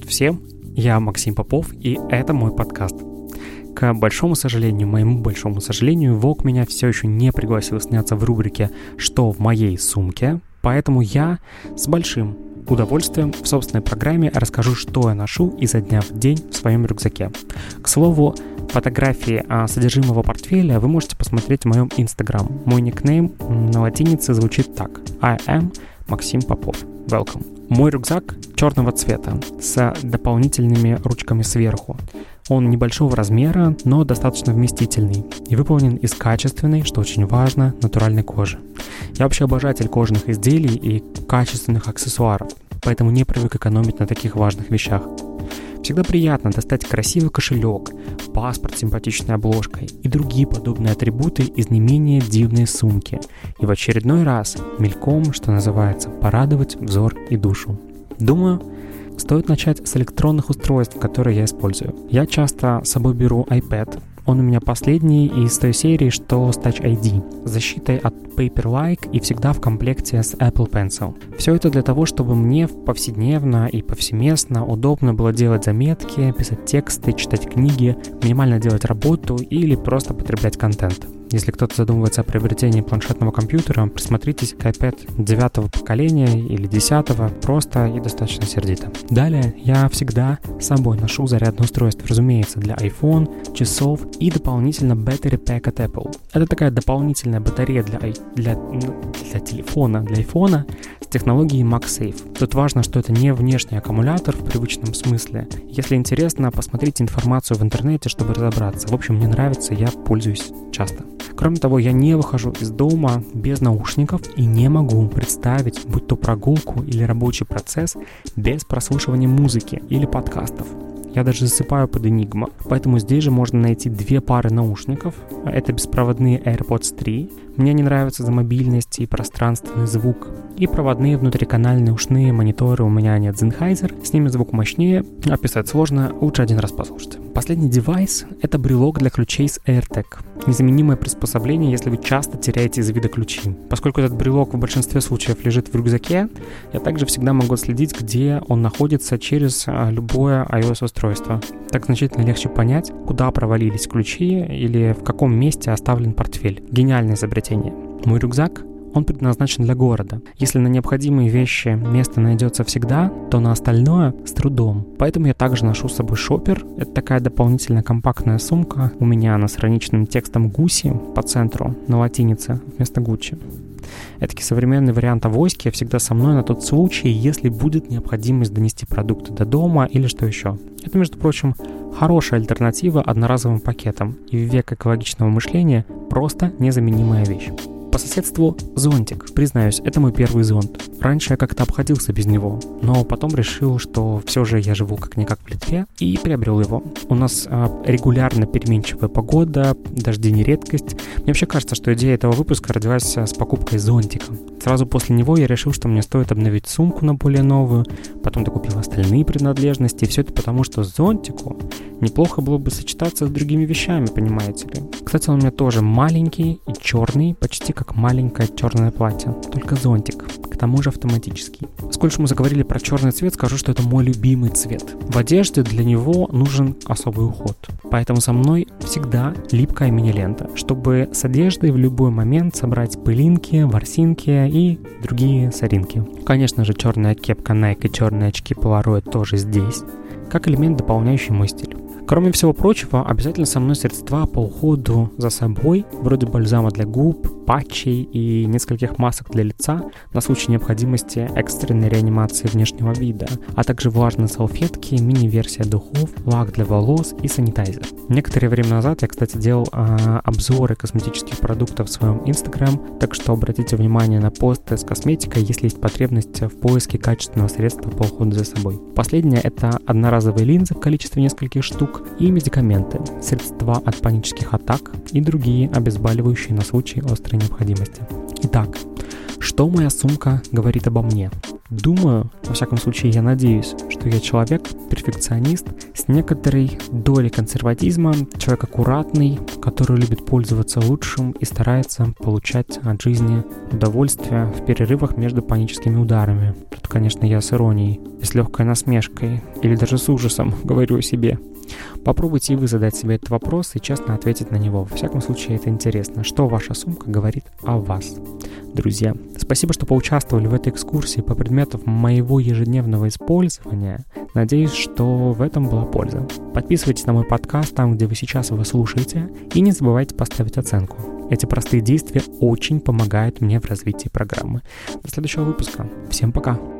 всем, я Максим Попов, и это мой подкаст. К моему большому сожалению, Vogue меня все еще не пригласил сняться в рубрике «Что в моей сумке?», поэтому я с большим удовольствием в собственной программе расскажу, что я ношу изо дня в день в своем рюкзаке. К слову, фотографии содержимого портфеля вы можете посмотреть в моем Instagram. Мой никнейм на латинице звучит так: I am Максим Попов. Welcome. Мой рюкзак черного цвета с дополнительными ручками сверху. Он небольшого размера, но достаточно вместительный и выполнен из качественной, что очень важно, натуральной кожи. Я вообще обожатель кожаных изделий и качественных аксессуаров, поэтому не привык экономить на таких важных вещах. Всегда приятно достать красивый кошелек, паспорт с симпатичной обложкой и другие подобные атрибуты из не менее дивной сумки. И в очередной раз мельком, что называется, порадовать взор и душу. Думаю, стоит начать с электронных устройств, которые я использую. Я часто с собой беру iPad. Он у меня последний из той серии, что с Touch ID, с защитой от Paper-like и всегда в комплекте с Apple Pencil. Все это для того, чтобы мне повседневно и повсеместно удобно было делать заметки, писать тексты, читать книги, минимально делать работу или просто потреблять контент. Если кто-то задумывается о приобретении планшетного компьютера, присмотритесь к iPad 9-го поколения или 10-го, просто и достаточно сердито. Далее я всегда с собой ношу зарядное устройство, разумеется, для iPhone, часов и дополнительно Battery Pack от Apple. Это такая дополнительная батарея для телефона, для iPhone с технологией MagSafe. Тут важно, что это не внешний аккумулятор в привычном смысле. Если интересно, посмотрите информацию в интернете, чтобы разобраться. В общем, мне нравится, я пользуюсь часто. Кроме того, я не выхожу из дома без наушников и не могу представить, будь то прогулку или рабочий процесс, без прослушивания музыки или подкастов. Я даже засыпаю под Enigma, поэтому здесь же можно найти две пары наушников. Это беспроводные AirPods 3. Мне не нравится за мобильность и пространственный звук. И проводные внутриканальные ушные мониторы у меня нет Sennheiser. С ними звук мощнее, описать сложно, лучше один раз послушать. Последний девайс — это брелок для ключей с AirTag. Незаменимое приспособление, если вы часто теряете из вида ключи. Поскольку этот брелок в большинстве случаев лежит в рюкзаке, я также всегда могу следить, где он находится через любое iOS-устройство. Так значительно легче понять, куда провалились ключи или в каком месте оставлен портфель. Гениальное изобретение. Мой рюкзак, он предназначен для города. Если на необходимые вещи место найдется всегда, то на остальное с трудом. Поэтому я также ношу с собой шопер. Это такая дополнительная компактная сумка. У меня она с ироничным текстом Гуси по центру на латинице вместо Гуччи. Этакий современный вариант авоськи всегда со мной на тот случай, если будет необходимость донести продукты до дома или что еще. Это, между прочим, хорошая альтернатива одноразовым пакетам и в век экологичного мышления просто незаменимая вещь. По соседству зонтик. Признаюсь, это мой первый зонт. Раньше я как-то обходился без него, но потом решил, что все же я живу как-никак в Литве, и приобрел его. У нас регулярно переменчивая погода, дожди не редкость. Мне вообще кажется, что идея этого выпуска родилась с покупкой зонтика. Сразу после него я решил, что мне стоит обновить сумку на более новую, потом докупил остальные принадлежности, и все это потому, что зонтику неплохо было бы сочетаться с другими вещами, понимаете ли. Кстати, он у меня тоже маленький и черный, почти как маленькое черное платье, только зонтик, к тому же автоматический. Сколь мы заговорили про черный цвет, скажу, что это мой любимый цвет. В одежде для него нужен особый уход, поэтому со мной всегда липкая мини-лента, чтобы с одеждой в любой момент собрать пылинки, ворсинки и другие соринки. Конечно же, черная кепка Nike и черные очки Polaroid тоже здесь, как элемент, дополняющий мой стиль. Кроме всего прочего, обязательно со мной средства по уходу за собой, вроде бальзама для губ, патчей и нескольких масок для лица на случай необходимости экстренной реанимации внешнего вида, а также влажные салфетки, мини-версия духов, лак для волос и санитайзер. Некоторое время назад я, кстати, делал обзоры косметических продуктов в своем Instagram, так что обратите внимание на посты с косметикой, если есть потребность в поиске качественного средства по уходу за собой. Последнее — это одноразовые линзы в количестве нескольких штук и медикаменты, средства от панических атак и другие обезболивающие на случай острой необходимости. Итак, что моя сумка говорит обо мне? Думаю, во всяком случае, я надеюсь, что я человек, перфекционист, с некоторой долей консерватизма, человек аккуратный, который любит пользоваться лучшим и старается получать от жизни удовольствие в перерывах между паническими ударами. Тут, конечно, я с иронией, с легкой насмешкой или даже с ужасом говорю о себе. Попробуйте и вы задать себе этот вопрос и честно ответить на него. Во всяком случае, это интересно. Что ваша сумка говорит о вас? Друзья, спасибо, что поучаствовали в этой экскурсии по предметам моего ежедневного использования. Надеюсь, что в этом была польза. Подписывайтесь на мой подкаст там, где вы сейчас его слушаете, и не забывайте поставить оценку. Эти простые действия очень помогают мне в развитии программы. До следующего выпуска. Всем пока!